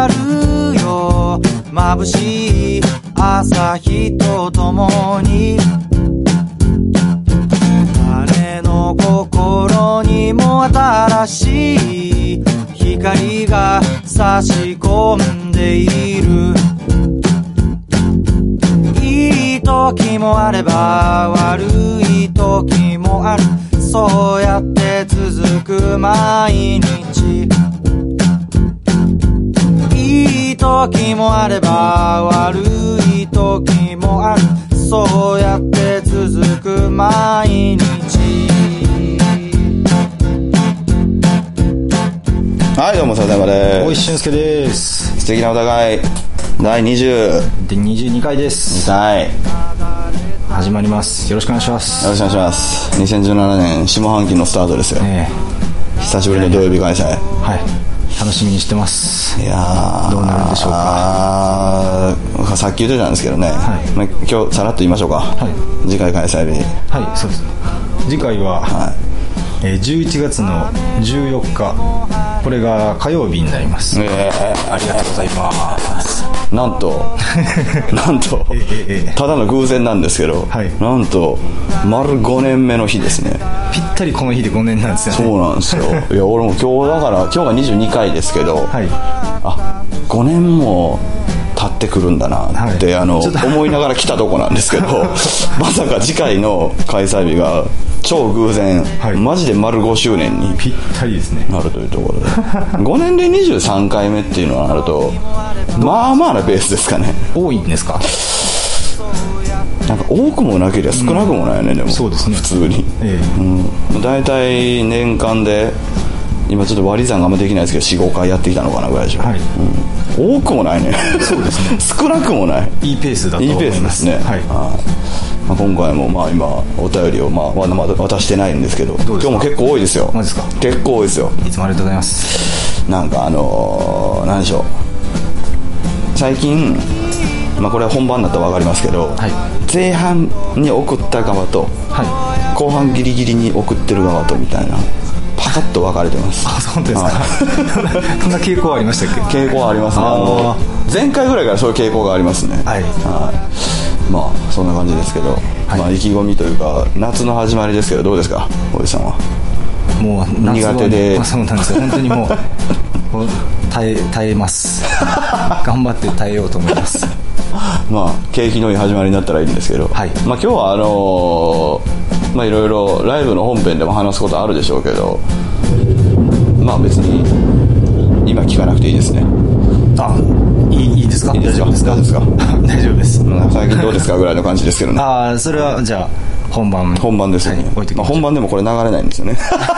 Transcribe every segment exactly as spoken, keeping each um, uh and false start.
がるよ眩しい朝日とともに誰の心にも新しい光が差し込んでいるいい時もあれば悪い時もあるそうやって続く毎日いい時もあれば悪い時もあるそうやって続く毎日はいどうも佐山です。 大石俊介です。 素敵なお互いだいにじゅうでにじゅうにかいです。 にかい始まります。よろしくお願いします。 よろしくお願いします。にせんじゅうななねん下半期のスタートですよ、ね、久しぶりの土曜日開催。 はい楽しみにしてます。 いやーどうなるんでしょうか。 あさっき言ってたんですけどね、はいまあ、今日さらっと言いましょうか、はい、次回開催日はいそうです。次回は、はいえー、じゅういちがつのじゅうよっかこれが火曜日になります、 えー、ありがとうございます。なんとなんと、えー、ただの偶然なんですけど、はい、なんと丸ごねんめの日ですね。 ぴったりこの日でごねんなんですよね。 そうなんですよいや俺も今日だから今日がにじゅうにかいですけど、はい、あごねんも経ってくるんだなって、はい、あの思いながら来たとこなんですけどまさか次回の開催日が超偶然、はい、マジで丸ごしゅうねんにぴったりですねなるというところでごねんでにじゅうさんかいめっていうのはなるとまあまあなペースですかね。 多いんですか。 なんか多くもなければ少なくもないよね、うん、でもそうですね普通に、ええうん、だいたい年間で今ちょっと割り算があんまできないですけど よん,ご 回やってきたのかなぐらいでしょ、はいうん、多くもないね。 そうですね少なくもないいいペースだと思います。 いいペースですね、はいまあ、今回もまあ今お便りをまあまだまだ渡してないんですけど今日も結構多いですよ。 マジですか。 結構多いですよ。 いつもありがとうございます。 なんかあのー、何でしょう最近まあ、これは本番だと分かりますけど、はい、前半に送った側と、はい、後半ギリギリに送ってる側とみたいなパカッと分かれてます。 あ、そうですか。そんな傾向ありましたっけ。 傾向ありますね。あの前回ぐらいからそういう傾向がありますね、はいはい、まあそんな感じですけど、はいまあ、意気込みというか夏の始まりですけどどうですか大石さんは。 もう苦手で、 まあ、そうなんですよ本当にもう耐え、耐えます頑張って耐えようと思いますまあ景気のいい始まりになったらいいんですけど、はいまあ、今日はあのー、まあいろいろライブの本編でも話すことあるでしょうけどまあ別に今聞かなくていいですね。 あいい、いいですか。 いいですか。大丈夫ですか。 大丈夫です。 最近どうですかぐらいの感じですけどね。 ああそれはじゃあ本番本番ですよね、はい置いてきましょう。まあ、本番でもこれ流れないんですよね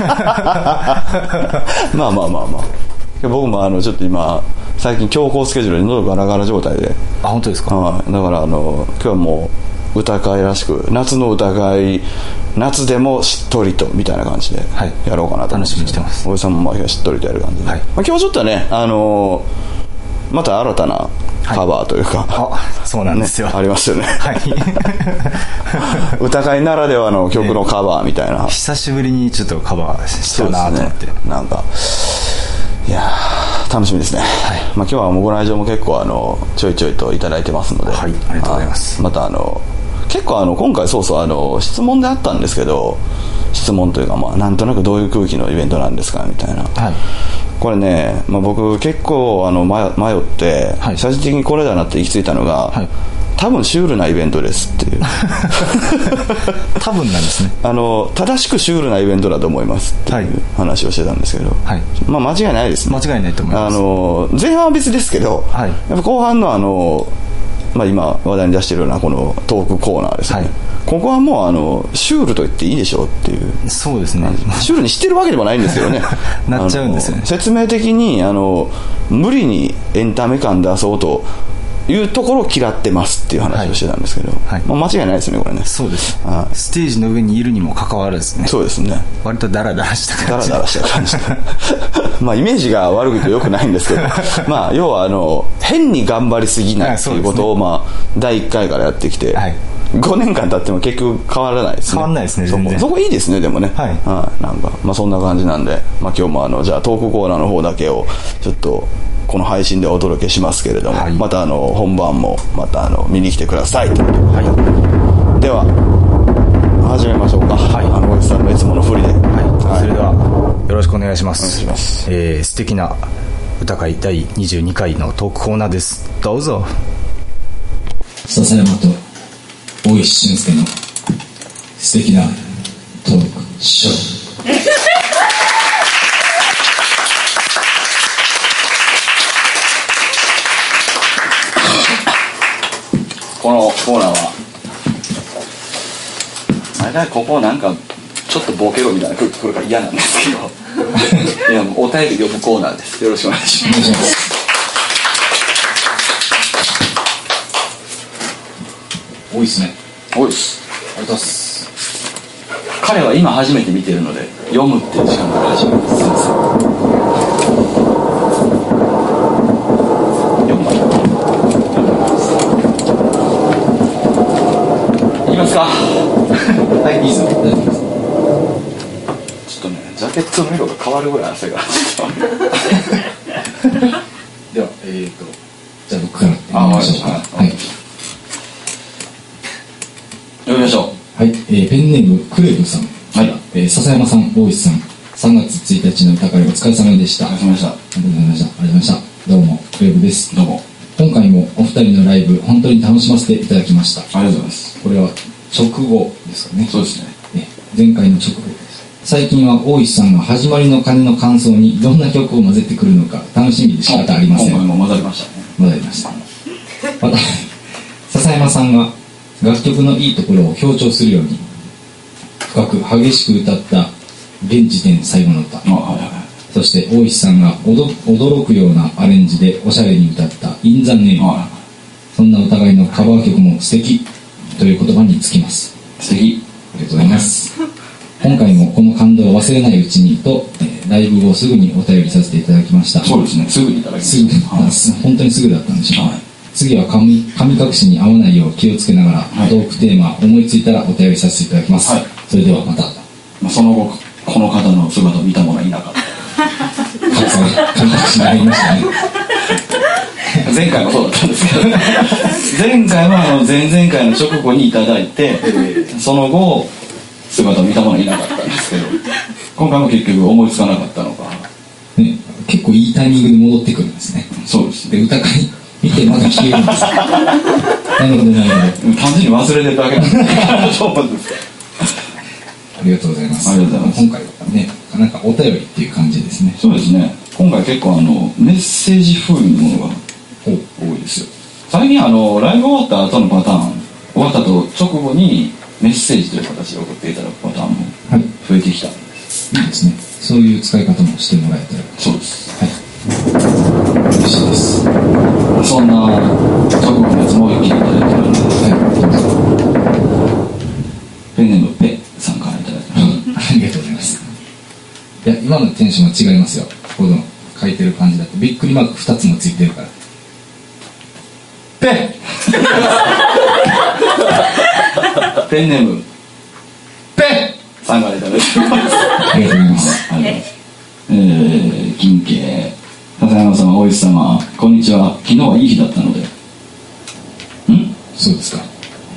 まあまあまあまあ僕もあのちょっと今最近強行スケジュールで喉ガラガラ状態で。 あ本当ですか。 はいだからあの今日はもう歌会らしく夏の歌会夏でもしっとりとみたいな感じでやろうかなと思って、はい、楽しみにしてます。大江さんもまあしっとりとやる感じで、はいまあ、今日ちょっとねあのまた新たなカバーというか、 はい、あそうなんですよ、 ね、ありますよね、 はい、 歌会ならではの曲のカバーみたいな、えー、 久しぶりにちょっとカバーしたなと思って、ね、 なんかいや楽しみですね、はいまあ、今日はもうご来場も結構あのちょいちょいといただいてますので、 はい、ありがとうございます。 またあの結構あの今回そうそうあの質問であったんですけど質問というか、まあ、なんとなくどういう空気のイベントなんですかみたいな、はい、これね、まあ、僕結構あの迷って、はい、最終的にこれだなって行き着いたのが、はい、多分シュールなイベントですっていう多分なんですね。 あの正しくシュールなイベントだと思いますっていう話をしてたんですけど、はいまあ、間違いないですね。 間違いないと思います。 あの前半は別ですけど、はい、やっぱ後半のあのまあ、今話題に出しているようなこのトークコーナーですね、はい、ここはもうあのシュールと言っていいでしょうっていう。 そうですねシュールにしてるわけでもないんですけどねなっちゃうんですよね。 説明的にあの無理にエンタメ感出そうというところを嫌ってますっていう話をしてたんですけど、はいはいまあ、間違いないですねこれね。 そうです、はい、ステージの上にいるにもかかわらずね。 そうですね割とダラダラした感じダラダラした感じまあイメージが悪くてよくないんですけどまあ要はあの変に頑張りすぎないっていうことを、まあ、だいいっかいからやってきて、はいごねんかん経っても結局変わらないですね。 変わらないですね。 そこそこいいですねでもね、はいはい、なんか、まあ、そんな感じなんで、まあ、今日もあのじゃあトークコーナーの方だけをちょっとこの配信でお届けしますけれども、はい、またあの本番もまたあの見に来てくださいということで、はい、では始めましょうか。はい、あのおじさんのいつもの振りで、はいはい、それではよろしくお願いします。 お願いします。 えー、素敵な歌会だいにじゅうにかいのトークコーナーです。どうぞ。 笹山と大石俊介の素敵なトークショー。 このコーナーはあれだ、ここなんかちょっとボケろみたいな空気来るから嫌なんですけどいや、お便り読むコーナーです。よろしくお願いします多いっすね。 多いっす。 ありがとうございます。 彼は今初めて見てるので読むっていう時間が大事なんです。読むまでいきますかはい、いいぞ。大丈夫です。ちょっとね、ジャケットの色が変わるぐらい汗がでは、えーとじゃあ僕から読みましょうか。はい、 読みましょう。はい、えー、ペンネームクレブさん。はい、えー、笹山さん、大石さん、さんがつついたちの歌会お疲れ様でした。 お疲れ様でした。 ありがとうございました。ありがとうございました。どうもクレブです。 どうも。 今回もお二人のライブ本当に楽しませていただきました。 ありがとうございます。 これは直後ですかね。 そうですね。 ね、前回の直後です。最近は大石さんが始まりの鐘の感想にどんな曲を混ぜてくるのか楽しみで仕方ありません。 今回も混ざりましたね。 混ざりました。また笹山さんが楽曲のいいところを強調するように深く激しく歌った現時点最後の歌、はいはいはい、そして大石さんが驚くようなアレンジでおしゃれに歌った「In the Name」、はいはい、そんなお互いのカバー曲も素敵という言葉につきます。 素敵。 ありがとうございます。今回もこの感動を忘れないうちにと、えー、ライブをすぐにお便りさせていただきました。 そうですね、すぐにいただきました。 すぐ、はい、本当にすぐだったんでしょう、はい、次は神隠しに合わないよう気をつけながら、はい、トークテーマ思いついたらお便りさせていただきます、はい、それではまた。 まあ、その後この方の姿を見た者はいなかった神隠しになりましたね前回もそうだったんですけど前回はあの前々回の直後にいただいてその後姿を見た者はいなかったんですけど今回も結局思いつかなかったのか、 ね、結構いいタイミングで戻ってくるんですね。 そうです。 で歌会見てまた消えるんですなるほどなるほど。 単純に忘れてるだけなんですそうなんですか。 ありがとうございます。 ありがとうございます。 今回はね、なんかお便りっていう感じですね。 そうですね。今回結構あのメッセージ風のものが多いですよ。最近あのライブ終わった後のパターン、終わったと直後にメッセージという形で送っていただくパターンも増えてきたんです、 はい、いいですね。そういう使い方もしてもらえたら。 そうです。 はい、嬉しいです。 そんな直後のやつも一気にいただいてるので、はい、ペンネームペさんからいただいてます。 ありがとうございます。いや、今のテンションは違いますよ。この書いてる感じだとびっくりマークふたつもついてるから。 ペペンネームペさんからいただいてます。 ありがとうございます。 ありがとうございます。えー、金慶笹山様、大石様、こんにちは。昨日はいい日だったので。んそうですか。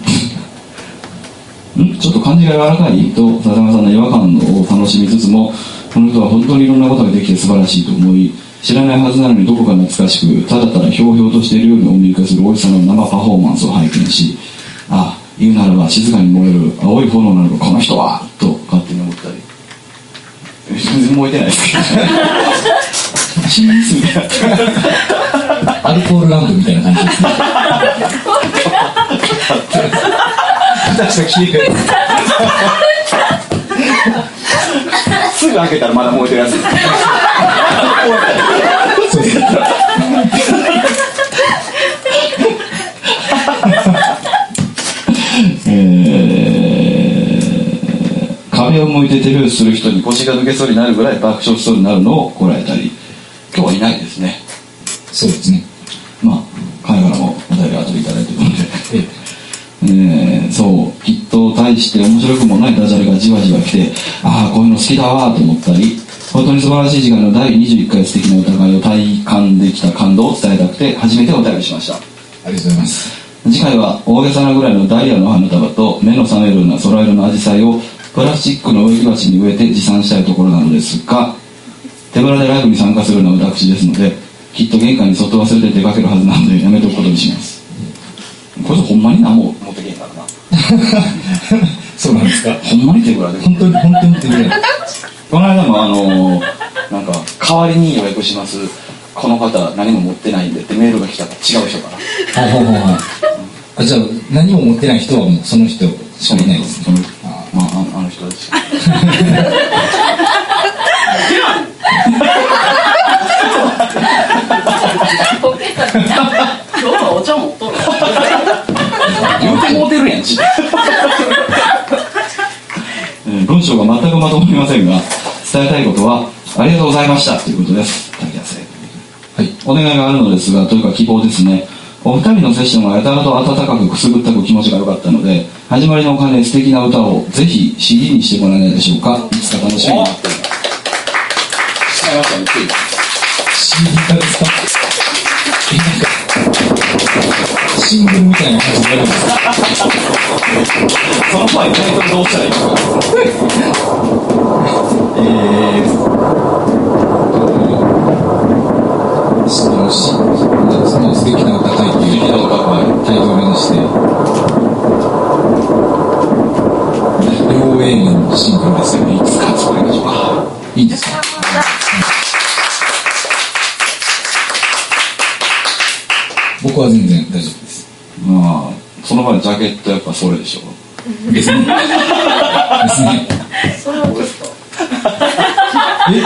んちょっと感じが柔らかいと笹山さんの違和感を楽しみつつも、この人は本当にいろんなことができて素晴らしいと思い、知らないはずなのにどこか懐かしく、ただただひょうひょうとしているようにお見受けする大石さんの生パフォーマンスを拝見し、ああ、言うならば静かに燃える青い炎なのかこの人はと勝手に思ったり、全然燃えてないですけどシースみたいなアルコールランプみたいな感じですね私が消えてるすぐ開けたらまだ燃えてるやつそうですえー、壁を向いて手拍子する人に腰が抜けそうになるぐらい爆笑しそうになるのをこらえたり、今日はいないですね。 そうですね。 まあ彼からもお便り後でいただいているので、ええー、そうきっと大して面白くもないダジャレがじわじわ来て、ああこういうの好きだわと思ったり、 本当に素晴らしい時間のだいにじゅういっかい素敵な歌いを体感できた感動を伝えたくて初めてお便りしました。 ありがとうございます。 次回は大げさなぐらいのダイヤの花束と目の覚めるような空色のアジサイをプラスチックの植木鉢に植えて持参したいところなのですが、手ぶらでライブに参加するのは私ですので、きっと玄関にそっと忘れて出かけるはずなのでやめとくことにします。これほんまに何も持ってけへんからな。 そうなんですか。 ほんまに手ぶらで。 本当に本当に手ぶらで。 この間もあのー、なんか代わりに予約します。この方何も持ってないんでってメールが来たから違う人から。 はいはいはいはい。あ、じゃあ何も持ってない人はもうその人しかいないですね。 あまあ、あの人ですよ。 今日はお茶持っとる。 言うてもうてるやんち。文章が全くまとまりませんが、伝えたいことはありがとうございましたということです。はい、お願いがあるのですが、というか希望ですね。お二人のセッションがやたらと温かくくすぐったく気持ちが良かったので、始まりのお金素敵な歌をぜひ シーディー にしてもらえないでしょうか。いつか楽しみに待っております。使いましたね、つい。 シーディー 化ですか。シングルみたいな感じでやるんですか。 その前にタイトルどうしたらいいですか。 えーそのしその素敵な歌会っていうタイトルにして両 A のシングルですよね。いつかそれがいいですか。僕は全然大丈夫です。 まあその前にジャケットやっぱそれでしょですね。ですね。 それはちょっとえ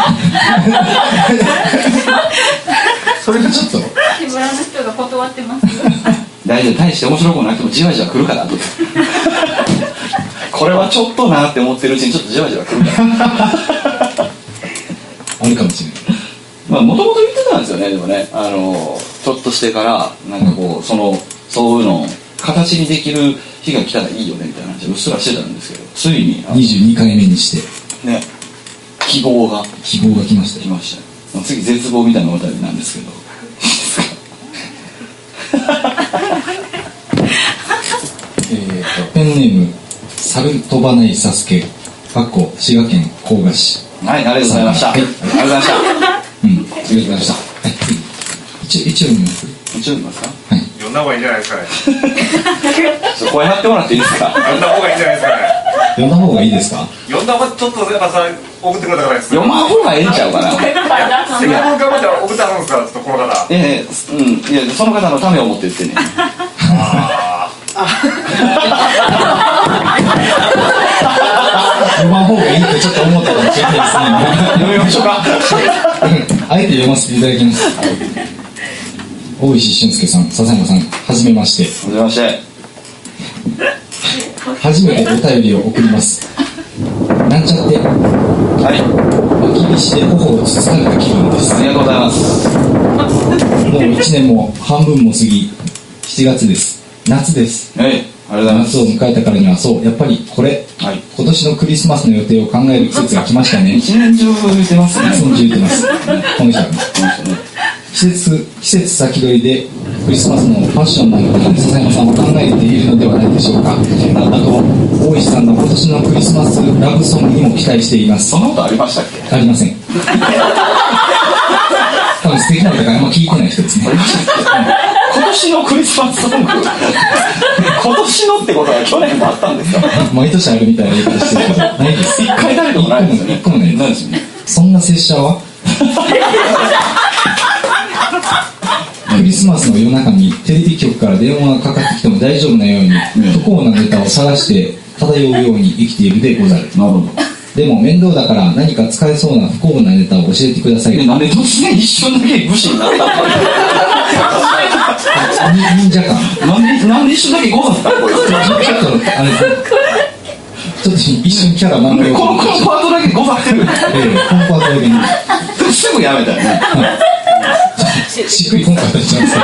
それがちょっと手ぶらの人が断ってます。 大丈夫、大して面白くなくてもじわじわ来るから後でこれはちょっとなって思ってるうちにちょっとじわじわ来るからあるかもしれない。 まあもともと言ってたんですよね。でもね、あのちょっとしてからなんかこう、うん、そのそういうのを形にできる日が来たらいいよねみたいな話をうっすらしてたんですけど、ついににじゅうにかいめにしてね、希望が希望が来ました。 来ました。次絶望みたいなお便りなんですけどえとペンネームサル飛ばないサスケかっこ滋賀県甲賀市。 はい、ありがとうございました。はい、ありがとうございました。 うん、ありがとうございました。はい、次一応一応読みます。 一応読みますか。 はい。 読んだ方がいいんじゃないですかね。 ちょっと声張ってもらっていいですか。 読んだ方がいいんじゃないですかね。 読んだ方がいいですか。 読んだ方がちょっとやっぱさ送ってくれたからです。 読まん方がええんちゃうかな。 せっかく頑張って送ってはるんですから、ちょっとこの方。 ええ、うん、いやその方のためを思って言ってね。 ああ。 読まん方がいいってちょっと思ったかもしれないですね。 読みましょうか。 あえて読ませていただきます。大石俊介さん、笹山さん、はじめまして。 はじめまして。 初めてお便りを送ります。なんちゃって。 はい。 湧き火で頬をつつかれた気分です。 ありがとうございます。 もういちねんも半分も過ぎ、しちがつです。夏です。 はい。ありがとうございます。 夏を迎えたからには、そう、やっぱりこれ、はい、今年のクリスマスの予定を考える季節が来ましたね。 一年中言ってますね。 一年中言ってます。この人はね。季節、季節先取りでクリスマスのファッションなんかも笹山さんは考えているのではないでしょうか。あと大石さんの今年のクリスマスラブソングにも期待しています。 そんなことありましたっけ。 ありません。多分素敵な歌があんま聞いてない人ですね。 今年のクリスマスソング今年のってことは去年もあったんですか。 毎年あるみたいな言い方してるけどないです。 一回誰でもないですよね。 一個もないですよね。そんな拙者はクリスマスの夜中にテレビ局から電話がかかってきても大丈夫なように、うん、不幸なネタを探して漂うように生きているでござる。 なるほど。 でも面倒だから何か使えそうな不幸なネタを教えてください。 なんで突然一瞬だけ武士になったの。 忍者感。 なんでなんで一瞬だけゴザだったの。ちょっとあれちょっと一瞬キャラ漫画このこのパートだけゴザってる。 ええ、このパートだけにすぐやめたよね。 しっくりこんかったりしますか。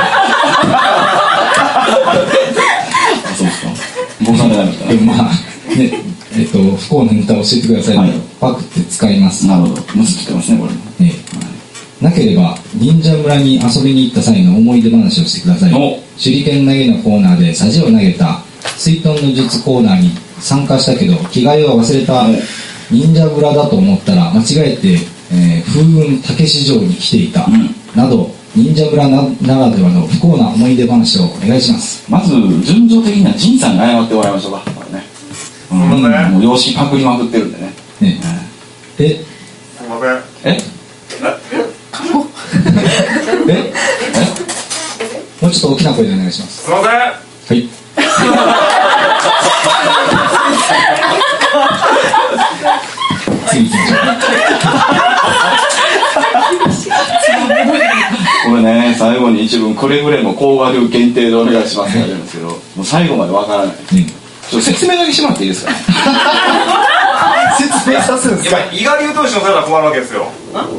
そうですか。僕さんじゃないですかね。 まあね、えっと不幸なネタを教えてください、はい、パクって使います。 なるほど。むずって言ってますね、これも。 ええ、なければ忍者村に遊びに行った際の思い出話をしてください。手裏剣投げのコーナーでさじを投げた、水遁の術コーナーに参加したけど着替えを忘れた、忍者村だと思ったら間違えて、えー、風雲たけし城に来ていた、うん、など忍者村 な, ならではの不幸な思い出話をお願いします。 まず順序的には仁さんに謝ってもらいましょうか、これね、うん、うん、もう様式パクりまくってるんでね。 ねえ、え、 すいません。 えええもうちょっと大きな声でお願いします。 すいません。 はい。次行きましょう。これね、最後に一文くれぐれも高画流限定でお願いしますって書いてあるんですけど、もう最後までわからない、うん、ちょっと説明だけしてもらっていいですか説明させるんですか。 伊賀流と一緒のせいだと困るわけですよ。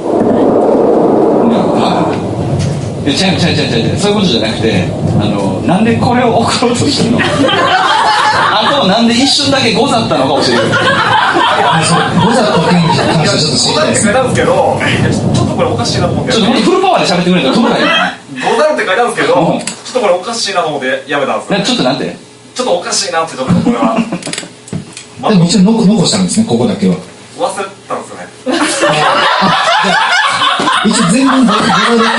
違う違う違う違う、そういうことじゃなくて、あのなんでこれを送ろうとしてるのあとなんで一瞬だけ誤だったのか教えてくれ。 誤だった件に関してちょっと知りたいです。 誤だって書いてあるんですけど、ちょっとこれおかしいなと思って、 ちょっとフルパワーで喋ってくれたら届かない誤だって書いてあるんですけど、ちょっとこれおかしいなと思ってやめたんですよ。 ちょっとなんてちょっとおかしいなってちょっとこれはでも一応残したんですね、ここだけは忘れたんですよね。 一応全部ボードケースでやってたんです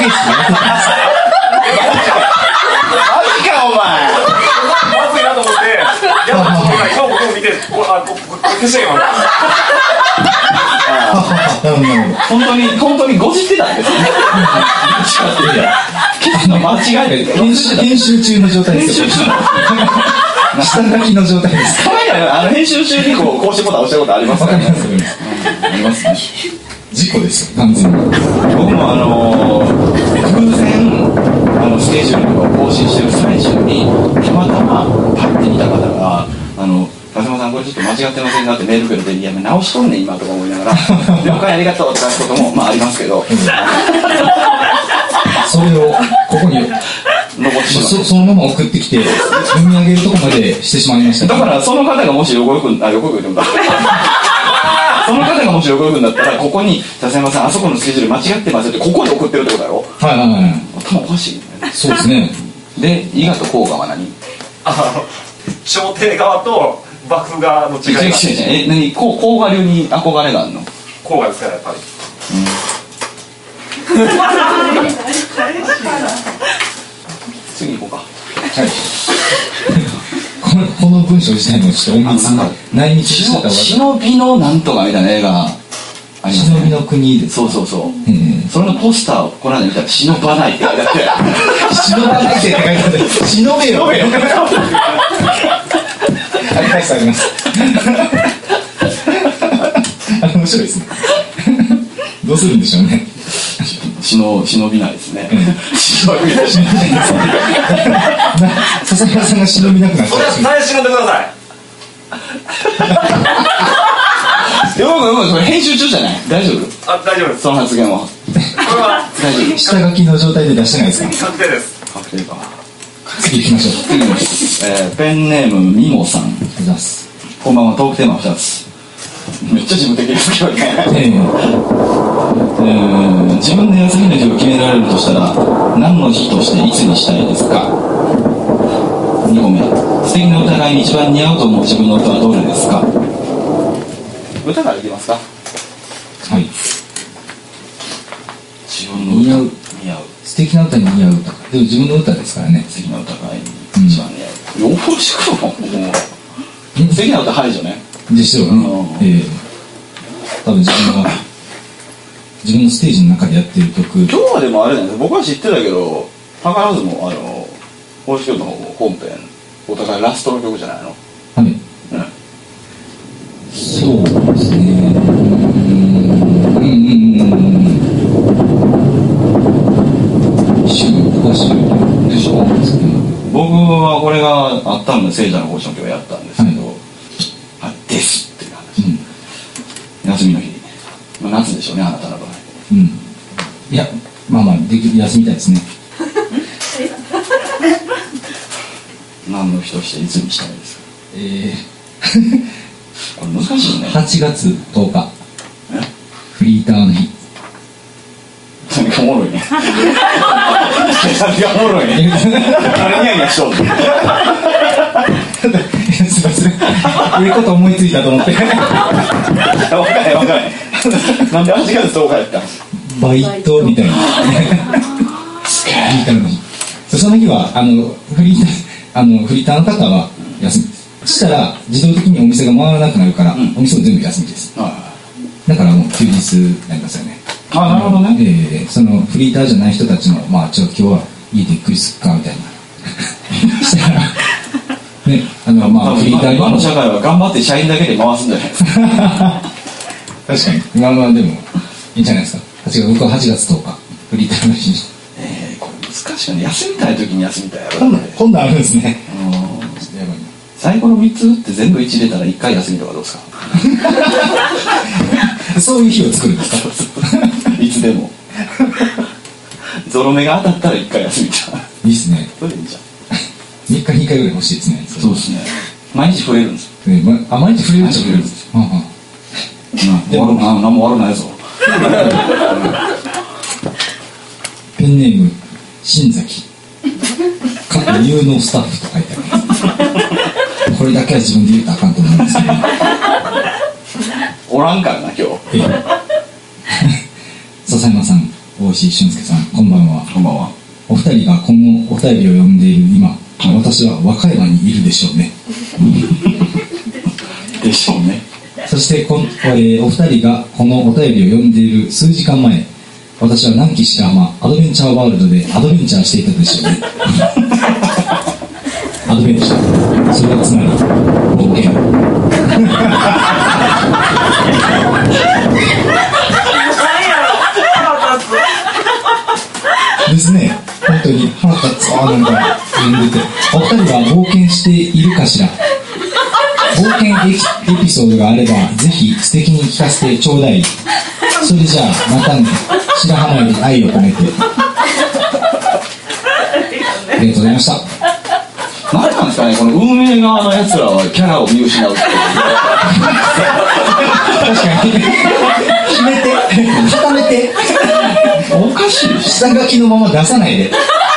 マジかお前まずいなと思ってやっぱちょっと今僕も見てこあここ消してよ本当に本当にごじってたんですね間違えて編集編集中の状態ですよ下書きの状態です。 あの編集中にこうこうしてボタン押したことありますか、ね、 ありますね。事故ですよ完全に。 僕もあのー、偶然あのスケジュールを更新してる最中にたまたまパッて見た方があの風間さんこれちょっと間違ってませんかってメールくれて、いや直しとんねん今とか思いながら了解ありがとうって書くこともまあありますけどそれをここに残ってしまうそ, そのまま送ってきて読み上げるとこまでしてしまいました、 だからその方がもし横行くんあ横行くんだその方がもし横行くんだったらここに笹山さんあそこのスケジュール間違ってますよってここで送ってるってことだろ。 はいはいはい。 頭おかしい、ね、 そうですね。 で伊賀と甲賀は何？ あ朝廷側と幕府側の違いが。 え何甲賀流に憧れがあるの？ 甲賀ですからやっぱり。 うん次行こうか。はいこの、この文章自体もちょっと隠密な内密してた方が忍びのなんとかみたいな映画ありますね。 忍びの国でそうそうそう、うん、それのポスターをこの間見たら忍ばないって書いてあって忍ばないって書いてあって忍べよありますありますあれ面白いですねどうするんでしょうね。 忍, 忍びないですね。 忍びないですね。笹山さんが忍びなくなっちゃう。 それ忍んでください。 よくよく編集中じゃない？大丈夫？ あ大丈夫です。 その発言は。これは大丈夫。 下書きの状態で出してないですか？ 確定です。 確定か。 次行きましょう。 えー、ペンネームみもさん。こんばんは。トークテーマふたつ。めっちゃ事務的ですけどね。えーえー、自分で休みの日を決められるとしたら何の日としていつにしたいですか？にこめ、素敵な歌が一番似合うと思う自分の歌はどれですか？歌からいきますか？ はい。 自分の歌似合う似合う素敵な歌に似合う歌か。でも自分の歌ですからね。 素敵な歌が一番似合う。よろしくも素敵な歌排除ね。 でしょうね。えー、多分自分が自分のステージの中でやってる曲。 今日はでもあれなんです。僕は知ってたけど、図らずもあの公式の本編お互いラストの曲じゃないの？はい。 うん。そうですね。うんうんうん。週5週でしょ。僕はこれがあったので聖者の方針を今日やったんですけど、はい、ですっていう話。うん、休みの日。まあ、夏でしょうね、あなたの場合。 うん。いや、まあまあ、できる休みたいですね。 何の日としていつにしたいですか？ えー、これ難しいよね。 はちがつとおか。 え何がおもろいねん。誰ニヤニヤしとんの。 すいません。いいこと思いついたと思って。 分かんない分かんない。なんではちがつとおかやったん？ バイトみたいな。その日はあのフリーターあのフリーターの方は休みです。そしたら自動的にお店が回らなくなるから、うん、お店も全部休みです。だからもう休日になりますよね。 あ、なるほどね。 えー、そのフリーターじゃない人たちもまあちょっと今日は家でゆっくりすっかみたいな。したらね、あのまあフリーター今の社会は頑張って社員だけで回すんじゃないですか。 確かに。まあまあでもいいんじゃないですか。はちがつ僕ははちがつとおかフリーターの日に。 えー、これ難しいね。休みたい時に休みたいやろ。 今度今度あるんですね。 最後のみっつって全部いち入れたらいっかい休みとかどうですか？ そういう日を作るんですか？ いつでもゾロ目が当たったらいっかい休みじゃん。 いいっすね。 それでいいじゃん。 みっかにかいぐらい欲しいですね。 そうですね。毎日触れるんですよ、ね、ま、あ毎日触れるっちゃ触れるんですよ。はあ、はあ、もう何も悪くないぞ。 ペンネーム新崎過去有能スタッフと書いてあります。これだけは自分で言うとあかんと思うんですけどおらんからな今日。 笹山さん、大石俊介さん、こんばんは。 こんばんは。 お二人が今後お便りを読んでいる今、私は和歌山にいるでしょうね。 でしょうね。 そしてこん、えー、お二人がこのお便りを読んでいる数時間前、私は南紀白浜アドベンチャーワールドでアドベンチャーしていたでしょうね。アドベンチャー、それはつまり冒険。ですね。本当に腹立つわ。なんか読んでて、お二人は冒険しているかしら。冒険エピソードがあればぜひ素敵に聞かせてちょうだい。それじゃあまたね。白浜より愛を込めて。ありがとうございました。 何なんですかね、この運営側のやつらはキャラを見失うっていう。 確かに決めて固めておかしい。 下書きのまま出さないで。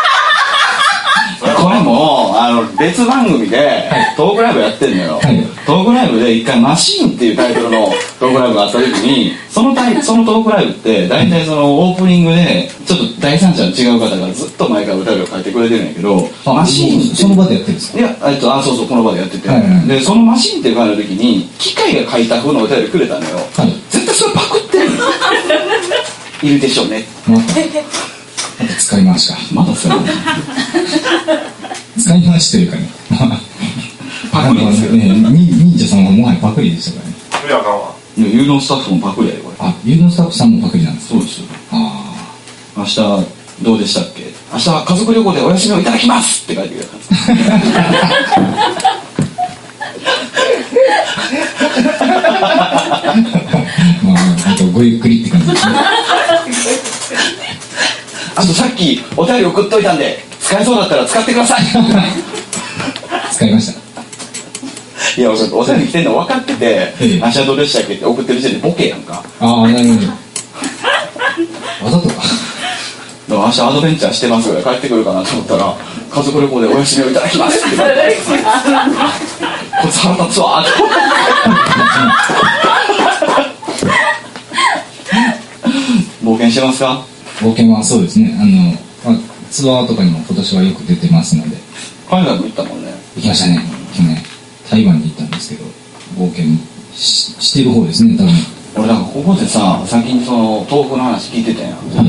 これもあの別番組でトークライブやってんのよ、はい、トークライブで一回マシーンっていうタイトルのトークライブがあった時にそのタイそのトークライブって大体そのオープニングでちょっと第三者の違う方がずっと毎回歌を書いてくれてるんやけど、マシーンってその場でやってるんですか？ いや、えっと、あ、そうそう、この場でやってて、 はいはい、 でそのマシーンっていう回の時に機械が書いた風のお便りくれたのよ、はい、絶対それパクってるいるでしょうね。 またまた使い回しか。 まだ使い回し使い回しというかねパクリですよね。 忍者さんはもはやパクリでしたからね。 それあかんわ。 有能スタッフもパクリやでこれ。 あ、有能スタッフさんもパクリなんですか？ そうですよ。ああ。明日どうでしたっけ？明日は家族旅行でお休みをいただきますって書いてくれたんです。 まあ本当ごゆっくりって感じですね。 あとさっきお便り送っといたんで使えそうだったら使ってください。 使いました。 いや、お便り来てんの分かってて、ええ、明日どうでしたっけって送ってる時点でボケやんか。 ああ、なるほど。わざとか。 だから明日アドベンチャーしてますから帰ってくるかなと思ったら家族旅行でお休みをいただきますってこいつ腹立つわーって冒険してますか？ 冒険はそうですね、あの、まあ、ツアーとかにも今年はよく出てますので。 海外も行ったもんね。 行きましたね、去年台湾に行ったんですけど、冒険 し, してる方ですね、多分。 俺なんかここでさ、先にその豆腐の話聞いてたやん、はい、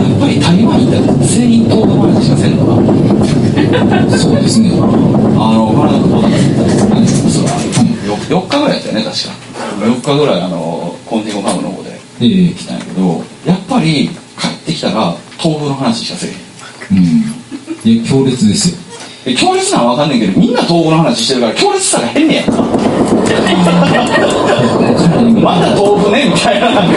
やっぱり台湾行ったら全員豆腐の話しかせんのか。そうですね、あの体のことだったんですが、よっかぐらいやったよね、確かよっかぐらいあのコンティングファームの方で来たんやけど、やっぱり帰ってきたら豆腐の話しかせえへん。 うん、いや強烈ですよ。 強烈なのは分かんないけど、みんな豆腐の話してるから強烈さが変ねやんか。まだ豆腐ねみたいな、なんか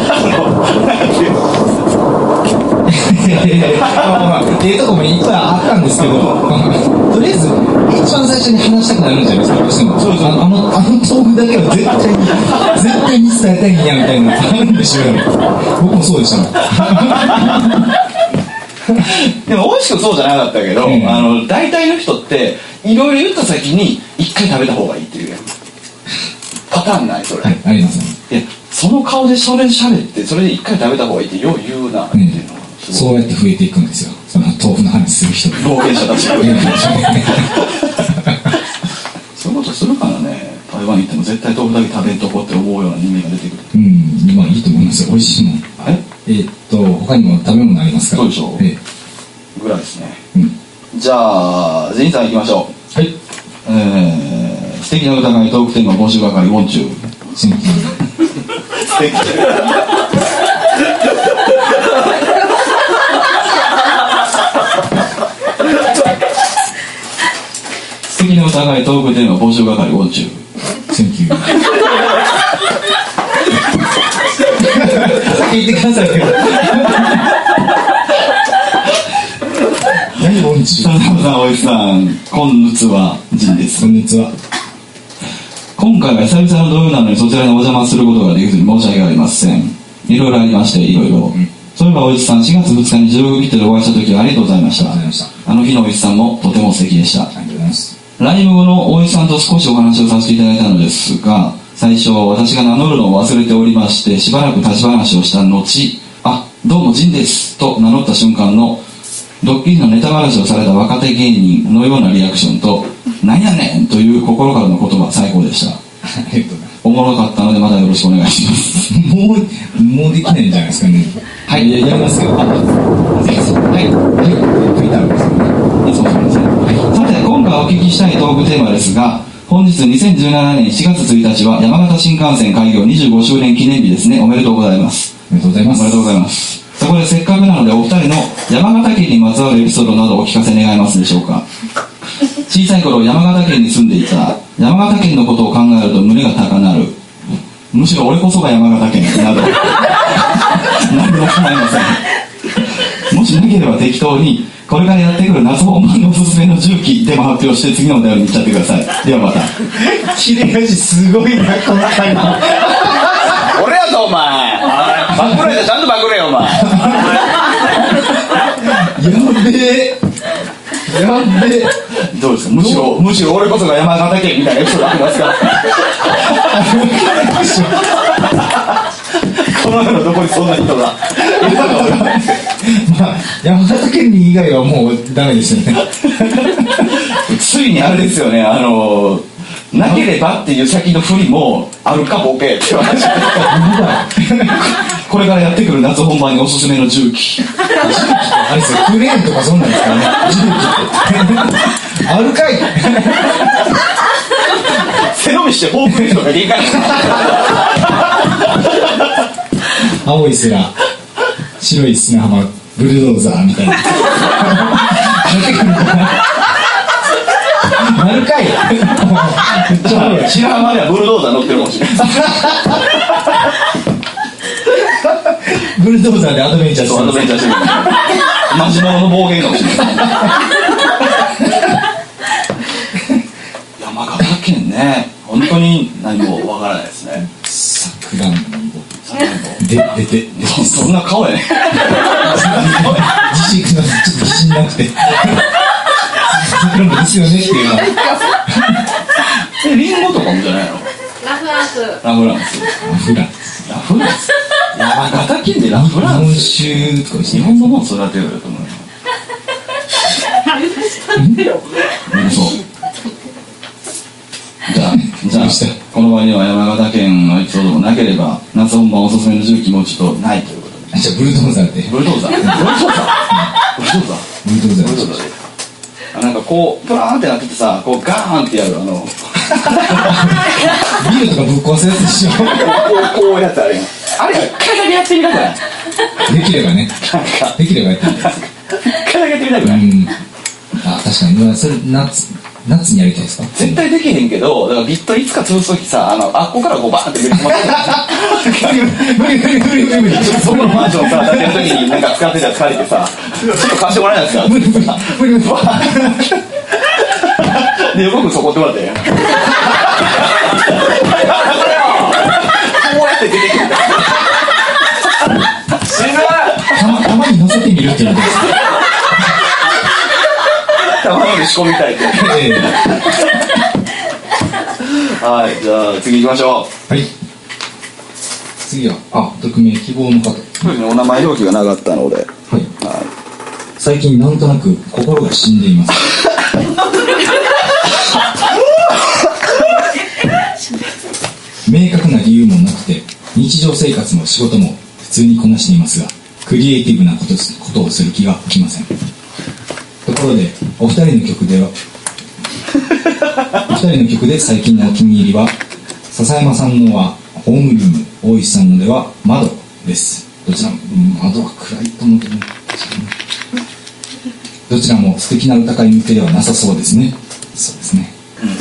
ええとこもいっぱいあったんですけど、とりあえず一番最初に話したくなるんじゃないですか、どうしても。そうそう、あの、あの豆腐だけは絶対に絶対に伝えたいんやみたいなあるんでしょうよ。僕もそうでしたもん。 でも美味しくそうじゃなかったけど、うん、あの大体の人っていろいろ言った先に一回食べた方がいいっていうやんパターンないそれ、 はい、ありますね。 いやその顔でそれ喋ってそれで一回食べた方がいいってよう言うなっていうのは、 うん、そうやって増えていくんですよ、その豆腐の話する人冒険者たちがそういうことするからね、台湾行っても絶対豆腐だけ食べんとこって思うような人間が出てくる。 うん、今いいと思いますよ、美味しいもん。 ええー、っと他にも食べ物ありますから。 そうでしょう、 えー、ぐらいですね、 うん、 じゃあゼニーさん行きましょう。はい、 えー、素敵な疑いトークテーマ募集係ウォンチュー素敵素敵な疑いトークテーマ募集係ウォンチューセンキュー先言ってくださいよ何ウォンチュー。 さんおいさんこんぬつはジンです。 こんにちは。 今回は久々の土曜なのにそちらにお邪魔することができずに申し訳ありません。いろいろありましていろいろ、うん、そういえばおいちさんしがつふつかにじゅうろくビットでお会いした時はありがとうございました。あの日のおいちさんもとても素敵でした。ありがとうございます。ライブ後のおいちさんと少しお話をさせていただいたのですが、最初私が名乗るのを忘れておりましてしばらく立ち話をした後、あ、どうもジンですと名乗った瞬間のドッキリのネタ話をされた若手芸人のようなリアクションとなんやねんという心からの言葉最高でした。おもろかったのでまたよろしくお願いしますもうもうできないんじゃないですかね。 はい、 やりますよ。はいはいはい、 いつもそうですね。はい、さて今回お聞きしたいトークテーマですが、本日にせんじゅうななねんしがつついたちは山形新幹線開業にじゅうごしゅうねん記念日ですね。おめでとうございます。 おめでとうございます。 おめでとうございます。そこでせっかくなのでお二人の山形県にまつわるエピソードなどお聞かせ願えますでしょうか。小さい頃山形県に住んでいた。山形県のことを考えると胸が高鳴る。むしろ俺こそが山形県など何も構いません。もしなければ適当にこれからやってくる夏本番のおすすめの重機でも発表して次のお便りに行っちゃってください。ではまた。 切れ味すごいなこの回の俺やぞお前バクれてちゃんとバクれよお前やべえやべえ。 どうですか。むしろむしろ俺こそが山形県みたいなエピソードありますかこの世のどこにそんな人がまあ山形県に以外はもうダメですよねついにあれですよね、あのなければっていう先の振りもあるかボケって話これからやってくる夏本番におすすめの重機あれですよ、クレーンとかそんなんですからね重機ってあるかい背伸びしてフォークリフトがでかい青い空白い砂浜ブルドーザーみたいななるかい知らんまではブルドーザー乗ってるかもしれないブルドーザーでアドベンチャーしてるアドベンチャーしてるマジモノの暴言かもしれない山形県ね、本当に何もわからないですね。 さくらんぼで出てそんな顔やね自信がちょっと自信なくてさくらんぼですよねっていうのはえ、リンゴとかもじゃないの。 ラフランスラフランスラフランスラフランス山形県でラフランス日本酒とか日本のもん育てようよと思うようん、そうじゃあ、じゃあこの場合には山形県のエピソードもなければ夏本番おすすめの重機もちょっとないということで、 じゃあブルドーザーでブルドーザーブルドーザーブルドーザーブルドーザーブルドーザーなんかこうプラーンってなっててさ、こうガーンってやるあのビルとかぶっ壊すやつでしょこうこうやつあれあれ一回だけやってみたくないできればねできればやってみたい一回だけやってみたくない、うん、 あ、確かにそれ夏夏にやりたいですか。 絶対できへんけど、だからビットいつか潰すときさ、あのあっこからこうバーンってめり込ませて無理無理無理無理無理そこのマンションさ建てるときになんか使ってたやつ借りてさちょっと貸してもらえないですか無理無理無理無理で横くそこってもらってこうやって出てきた死ぬたまに乗せてみるっていうのです玉のり仕込みたいってはい、じゃあ次行きましょう。はい、次はあ匿名希望の方。 そうですね、お名前表記がなかったので、はい、はい、 最近なんとなく心が死んでいます明確な理由もなくて日常生活も仕事も普通にこなしていますが、クリエイティブなことことをする気が起きません。ところでお二人の曲ではお二人の曲で最近のお気に入りは笹山さんのはホームルーム、大石さんのでは窓です。どちらも、うん、窓は暗いと思うけど、どちらも素敵な歌会向けではなさそうですね。そうですね。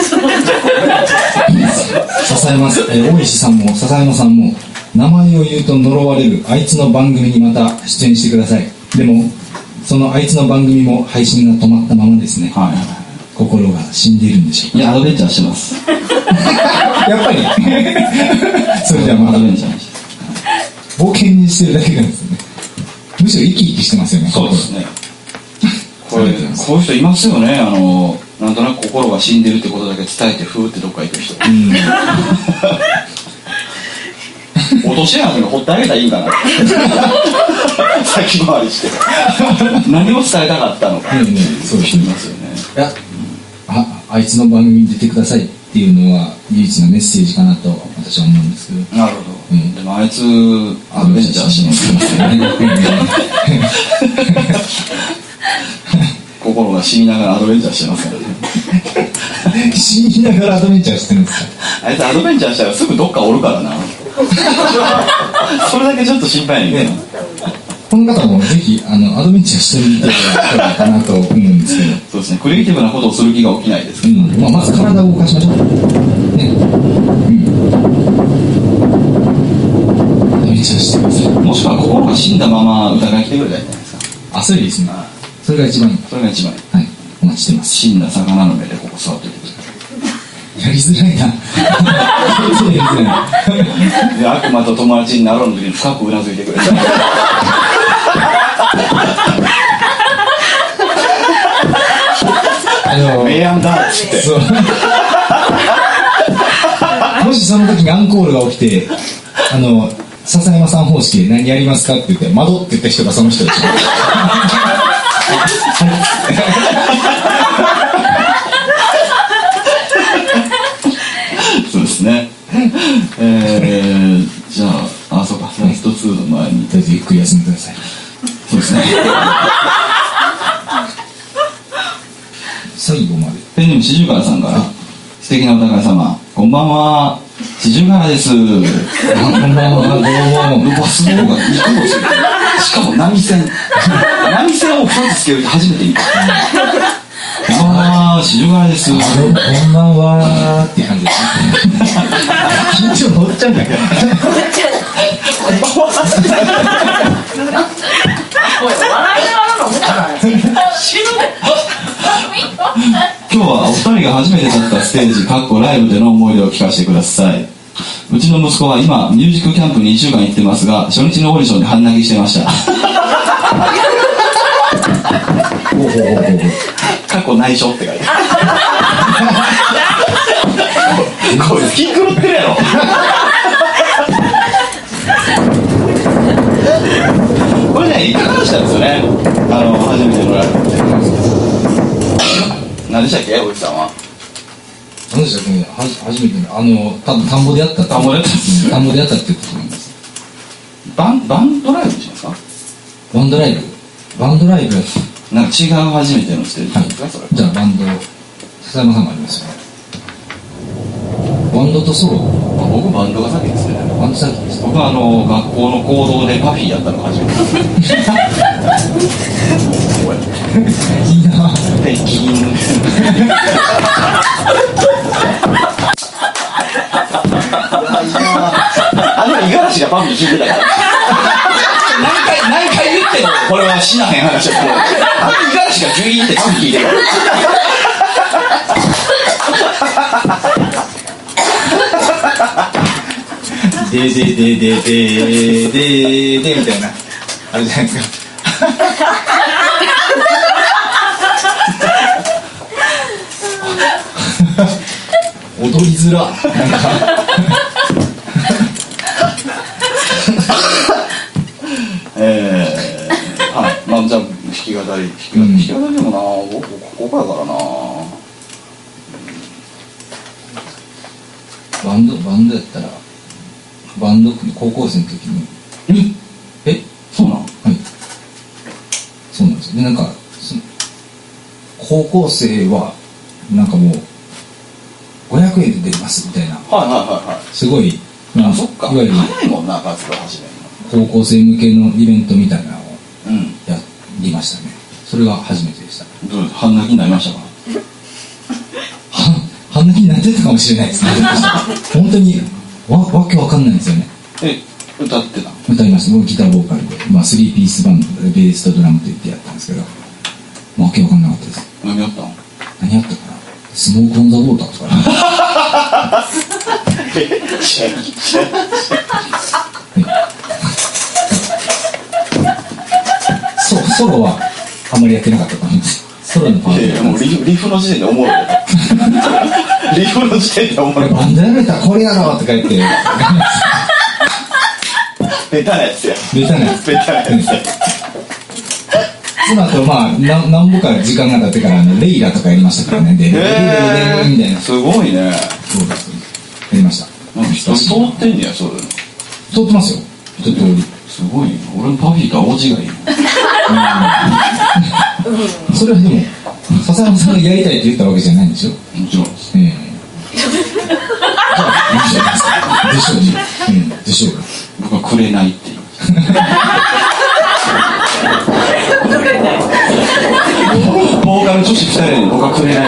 笹山、えー、大石さんも笹山さんも名前を言うと呪われるあいつの番組にまた出演してください。でもそのあいつの番組も配信が止まったままですね。はい、心が死んでいるんでしょうか。 いや、アドベンチャーしてますやっぱりそれじゃあまだ冒険にしてるだけなんですね。むしろ生き生きしてますよね。 そうですねこれこういう人いますよね。あのなんとなく心が死んでるってことだけ伝えてふーってどっか行く人、うん、落とし穴に掘ってあげたらいいんかな先回りして何を伝えたかったのか、うんうん、そういう人いますよね。 いや、あ、あいつの番組に出てくださいっていうのは唯一のメッセージかなと私は思うんですけど。 なるほど、うん、でもあいつアドベンチャーしますよね心が死にながらアドベンチャーしてますからね死にながらアドベンチャーしてるんですか。 あいつアドベンチャーしたらすぐどっかおるからなそれだけちょっと心配やねんけど、ね、 この方もぜひあのアドベンチャーしてみていただかなと思うんですけどそうですね、クリエイティブなことをする気が起きないですけど、 うんまあ、まず体を動かしましょうね、うん、アドベンチャーしてください。 もしくは心が死んだまま歌が来てくれたらいいじゃないですか。 あ、そうですね、それが一番いい。 それが一番いい。 はい、お待ちしてます。 死んだ魚の目でここ座っててくれ。 やりづらいな。やりづらいな。 で、悪魔と友達になろうの時に深くうなずいてくれ。 あの名案だっつって。 そう。もしその時にアンコールが起きて、あの笹山さん方式で何やりますかって言って窓って言った人がその人でしょ。 そうですね。えー、じゃあ、あ、そうか、ラストツーの前にとりあえずゆっくり休んでください。 そうですね。 最後まで。 ペンネームしじゅうからさんから、素敵なお互い様、こんばんは。しじゅうからです。こんばんは。どうも。 バスボーがにこもついてる。しかも波線。波線をふたつつけるって初めて見た。ああ、しじゅうからです。こんばんはって感じです。緊張乗っちゃうんだけど。こんばんは。 笑いながらのもかない。死ぬで。 今日はお二人が初めて立ったステージかっこライブでの思い出を聞かせてください。うちの息子は今ミュージックキャンプにいっしゅうかん行ってますが、初日のオーディションで半泣きしてました。過去内緒って書いてある。こいつ気狂ってるやろ。これね、一回話したんですよね。あの初めてのライブって何でしたっけ、おじさんは。 何でしたっけ、は初めてあの多分田んぼでやった田んぼでやった田んぼでやったって言ったと思います。 バンバンドライブにしますか。 バンドライブバンドライブなんか違う初めてのステージですか、はい、それ。 じゃあバンド笹山さんもありますよね。バンドとソロ。 僕バンドが先ですね。 バンド先です。 僕はあの学校の行動でパフィーやったのが初めていいな。 ペキーンあの五十嵐がパフィー聞いてたから何回何回言ってもこれは死なへん話だけど、あの五十嵐がギュイーンってパフィー聞いてるでででででででみたいなあれじゃないですか。 りづらなんかえー、はい、まあじゃあ弾き語り弾き語り、うん、弾き語りでもな僕ここやからな、 バンドバンドやったらバンド組高校生の時にええそうなん、 はい、そうなんですよでなんか高校生はなんかもうごひゃくえんで出ますみたいな、 はいはいはいはい、 すごい、 まあ、そっか、 いわゆる早いもんな活動始めるの高校生向けのイベントみたいなのをうんやりましたね。それが初めてでした。 どう半泣きになりましたか？ は半泣きになってたかもしれないですね本当に わ, わけわかんないんですよね。 え歌ってた？ 歌いました。僕ギターボーカルで、まあ、スリーピースバンドでベースとドラムと言ってやったんですけど、わけわかんなかったです。 何やったの？ 何やったかな、スモークオンザウォーターとかねソ, ソロはあんまりやってなかったと思います。ソロのパートいやいやもう リ, リフの時点でおもろいリフの時点でおもろいバンドやめたらこれやろって書いてベタなやつやベタなやつベタなやつやその後まあな何歩か時間が経ってからあのレイラとかやりましたからね。で、 えー、 みたいな。 すごいね。 そうです。やりました。 なんか人通ってんねや、そういうの。 通ってますよ。一通り。 すごいよ。俺のパフィーとは大違いよ。 それはでも笹山さんがやりたいって言ったわけじゃないんでしょ。 もちろんです。 ええー。じゃあいいじゃないですか。でしょうね。うん、でしょうか。 僕はくれないっていう。ボーカル女子ふたりに僕はくれない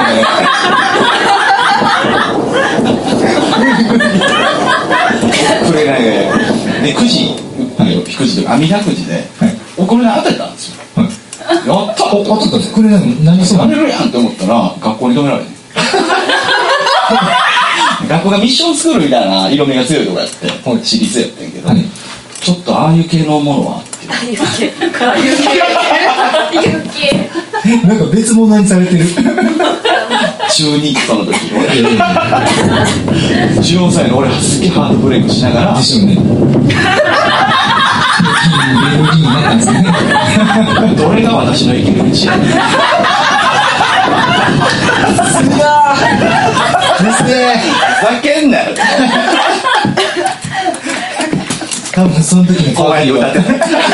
からくれないでくじ、はい、くじというか網だくじで、はい、おこれ当てたんですよ、はい、やったお当たったんです。くれないの何そうなのやめるやんって思ったら学校に止められて学校がミッションスクールみたいな色味が強いとこやって、はい、私立やってんけど、はい、ちょっとああいう系のものはってああいう系ああいう系なんか別物にされてる中にその時じゅうよんさいの俺はすげえハードブレイクしながらでしょうねメロディーになったんですねどれが私の生きる道やねんですねふざけんなよ多分その時の後輩に歌って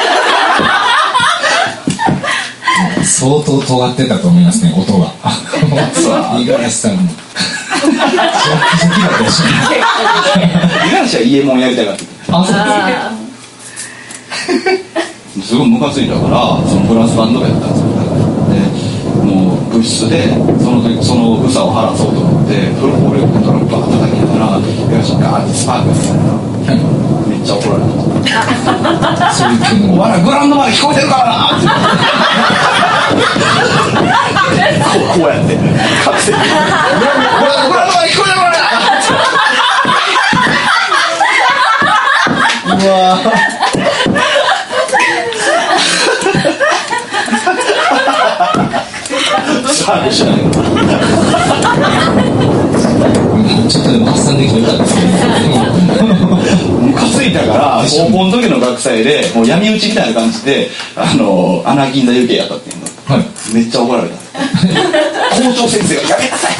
相当尖ってたと思いますね、音が五十嵐さんもジャッキジャキだったでしょ五十嵐は家もんやりたかったあ、そうすごいムカついたからそのブラスバンドがやったんですよ。でもう部室でその時そのうさを晴らそうと思ってフルボールコントロールバーッ叩きながら五十嵐がガーッてスパークやってたからめっちゃ怒られたそういう系のお前らグラウンドまで聞こえてるからなってこうやって隠せてグラウンドまで聞こえてるからなうわさあしないちょっとでも発散できてよかったですけどムカついたから高校の時の学祭でもう闇討ちみたいな感じであの穴銀座湯気やったっていうの、はい、めっちゃ怒られた校長先生がやめなさい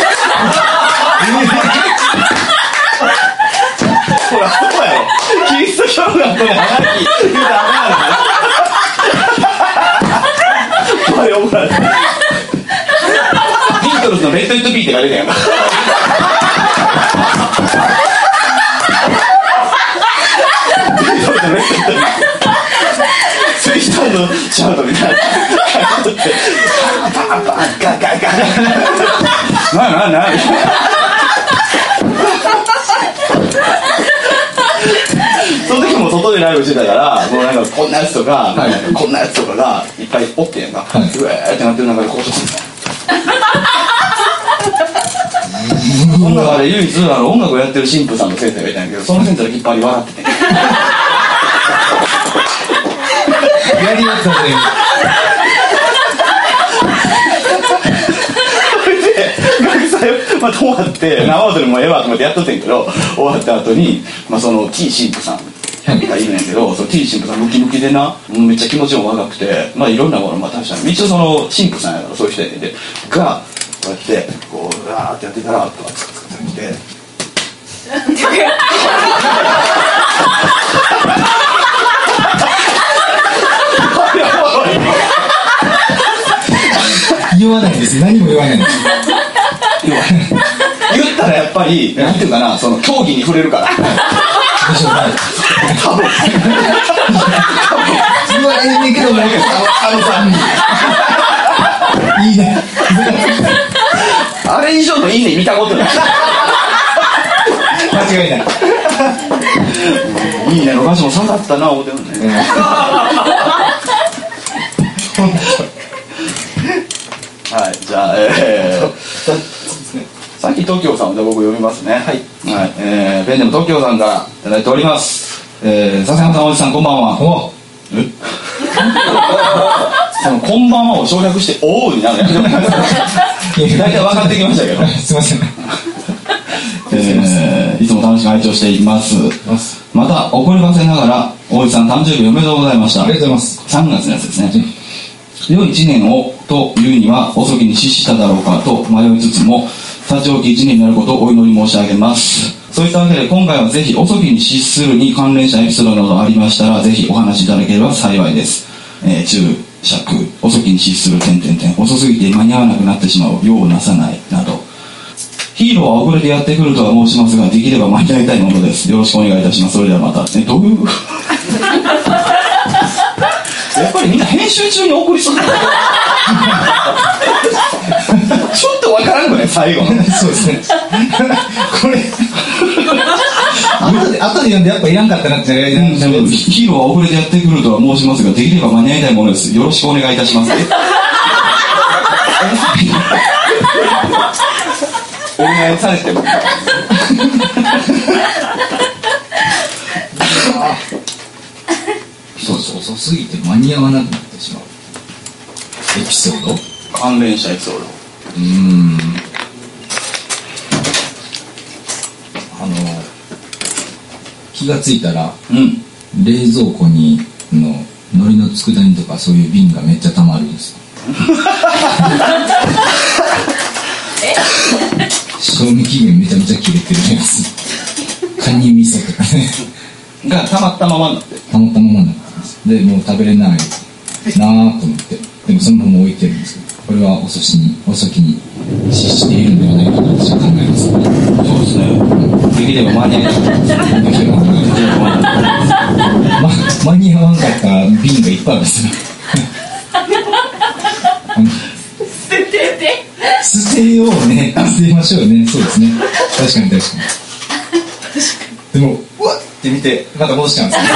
ほらそうやろキリスト教の学校で穴銀言うたらダメなの怒られたビートルズのレッド・イット・ビーって書いてたやんツイストのシャウトみたいなパンパンガンガンガンなななその時も外でライブしてたからもうなんかこんなやつとか、はい、こんなやつとかがいっぱいおってんやんか、はい、うわーってなってる中でこう音楽で唯一あの音楽をやってる神父さんの先生がいたんやけどその先生だけいっぱい笑っててやりましたねそれで学祭また終わって生踊りもええわと思ってやっとってんけど、終わった後に、まあ、その T 神父さんがいるんやけど、その T 神父さんムキムキでな、めっちゃ気持ちも若くて、まあいろんなものまあ確かに一応その神父さんやからそういう人やねんでがこうやってこうガーってやってたらとかつくつくつくて言わないです。何も言わないです。 言ったらやっぱりなんていうかな、その競技に触れるから多分言わないねんけども、 あのさいいね。 あれ以上のいいね見たことない間違いない。 いいねの歌詞も刺さったな思ってるねはい、じゃあ、えー、さっき東京さんをじゃあ僕読みますね。はい、はい、えー、ペンネーム東京さんからいただいております。えー、笹山さん、おじさん、こんばんは。おえそのこんばんはを省略しておうになるね。大体分かってきましたけど。 すいません。 えー、いつも楽しく拝聴しています。また遅ればせながら大井さん誕生日おめでとうございました。 ありがとうございます。 さんがつのやつですね。良いいちねんをというには遅きに失しただろうかと迷いつつも幸多きいちねんになることをお祈り申し上げます。そういったわけで今回はぜひ遅きに失するに関連したエピソードなどありましたらぜひお話しいただければ幸いです。えー、注釈遅きに失する点々点遅すぎて間に合わなくなってしまう用をなさないなど。ヒーローは遅れてやってくるとは申しますができれば間に合いたいものです。よろしくお願いいたします。それではまた。えどういうやっぱりみんな編集中に送りそうちょっとわからんくね最後そうですねこれ後で後で読んでやっぱいらんかったなって、うん、 ヒーローは遅れてやってくるとは申しますができれば間に合いたいものです。よろしくお願いいたしますお願いされてもそうそう遅すぎて間に合わなくなってしまうエピソード関連したエピソード。 うーんあの気がついたら、うん、冷蔵庫にの海苔の佃煮とかそういう瓶がめっちゃたまるんです賞味期限めちゃめちゃ切れてるやつカニ味噌とかねがたまったままになってたまったままになってますでもう食べれないなぁと思ってでもそのまま置いてるんですけどこれは遅しに遅きに失しているんではないかと私は考えます。 そうですね、うん、できれば間に合いできれば間に合わんかった瓶がいっぱいあるんですよ捨ててて捨てようね捨てましょうね。そうですね確かに確かにでもうわっって見てまた戻しちゃうんですよ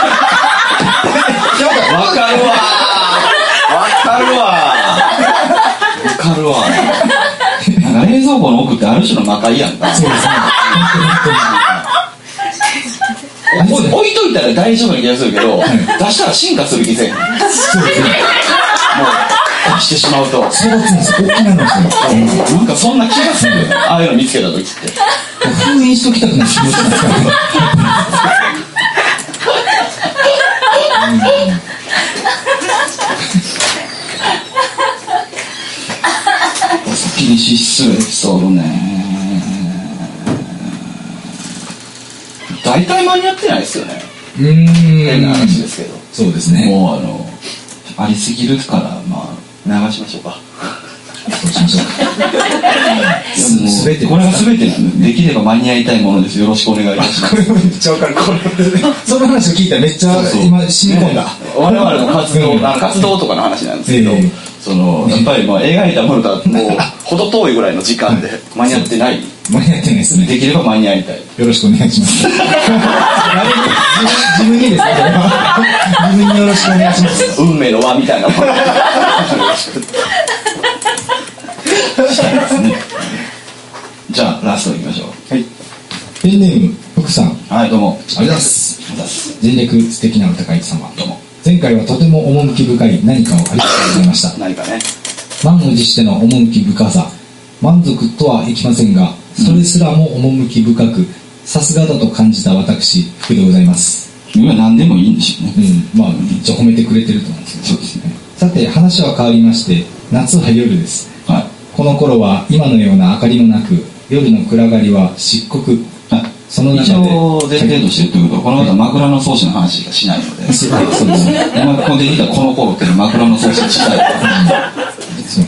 わかるわわかるわわかるわなんか冷蔵庫の奥ってある種の魔界やんか。 そうですね置いといたら大丈夫な気がするけど、はい、出したら進化する気せん。そうですねもう起きてしまうとそうなんですよ大きなのですよなんかそんな気がするよああいうの見つけた時って封印しときたくなる気持ちなんですか先に失するエピソードね大体間に合ってないですよね。 うーん変な話ですけどそうですねもうあのありすぎるからまあ流しましょうかそうしましょうすべてこれが全てなんでできれば間に合いたいものです。よろしくお願いいたします。 これめっちゃわかる。これその話を聞いたらめっちゃ今染み込んだ、ね、 我々の活動、うん、あの活動とかの話なんですけど、えー、そのやっぱりまあ描いたものとはもう程遠いぐらいの時間で間に合ってない間に合ってないですね。 できれば間に合いたい。 よろしくお願いします自分にですか自分によろしくお願いします。 運命の輪みたいなものじゃあラストいきましょう。 はい。ペンネーム福さん。 はいどうも。 ありがとうございます。全力素敵な歌会様。どうも。前回はとても趣深い何かをありがとうございました。 何かね。 満を持しての趣深さ。 満足とはいきませんが、それすらも趣深く、さすがだと感じた私、福でございます。 今何でもいいんでしょうね。 うん、まあ一応褒めてくれてると思うんですけど。そうですね。さて話は変わりまして、夏は夜です。はい。この頃は今のような明かりもなく、夜の暗がりは漆黒。はい。その中で。一応前提として言っておくと、この方枕草子の話しかしないので。そうですね。今ここで見たこの頃って枕草子に近い。そう。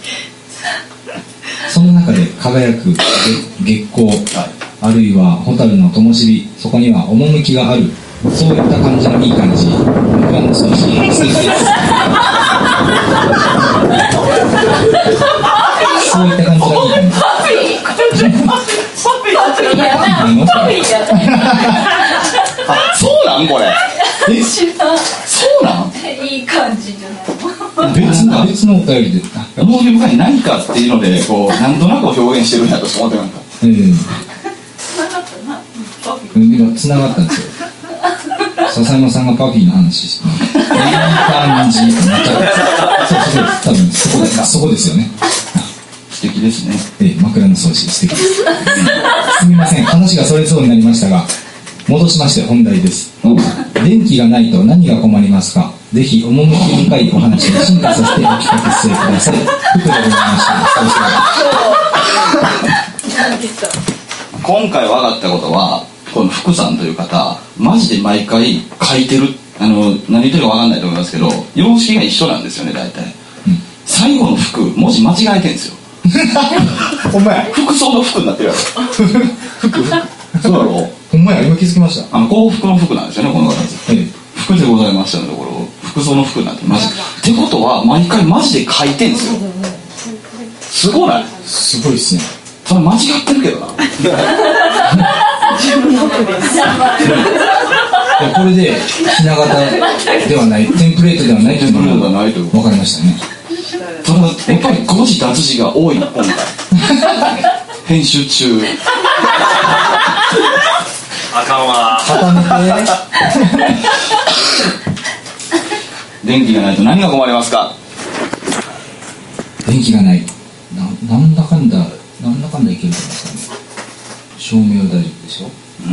その中で輝く月光、あるいは蛍の灯火、そこには趣がある、そういった感じのいい感じ、枕草子素敵です。そういった感じがいい感じ。 あ、そうなんこれ。え、そうなん。 いい感じじゃないの。 別の別のお便りで、 思い深い何かっていうので、こうなんとなく表現してるんやと思ってなんか。 ええ。 繋がったな。 今繋がったんですよ。笹山さんがパフィーの話して、いい感じになっちゃう。そうそう、多分そこですそこですよね。 素敵ですね。 ええ、枕草子素敵です。すみません、話がそれそうになりましたが、戻しまして本題です。電気がないと何が困りますか。ぜひ趣深いお話を進化させてお聞かせください。福でございました。 今回分かったことは、この福さんという方、マジで毎回書いてる、あの何言ってるか分かんないと思いますけど、様式が一緒なんですよね、大体。うん、最後の福、文字間違えてるんですよ。 ほんまや。 服装の服になってるやろ。服服。そうだろう。 ほんまや、今気づきました。 あの幸福の服なんですよね、この方。ええ、服でございましたのところ、服装の服になってます。ってことは毎回マジで書いてんですよ。すごない？ すごいっすね。 それ間違ってるけどな。 自分の服です。 これでひな形ではない、テンプレートではないというのが分かりましたね。 それはやっぱり誤字脱字が多い今回。編集中。 あかんわ。 固めて。 電気がないと何が困りますか。 電気がない。な、なんだかんだ、なんだかんだいけるじゃないですかね。照明は大丈夫でしょ。 うん、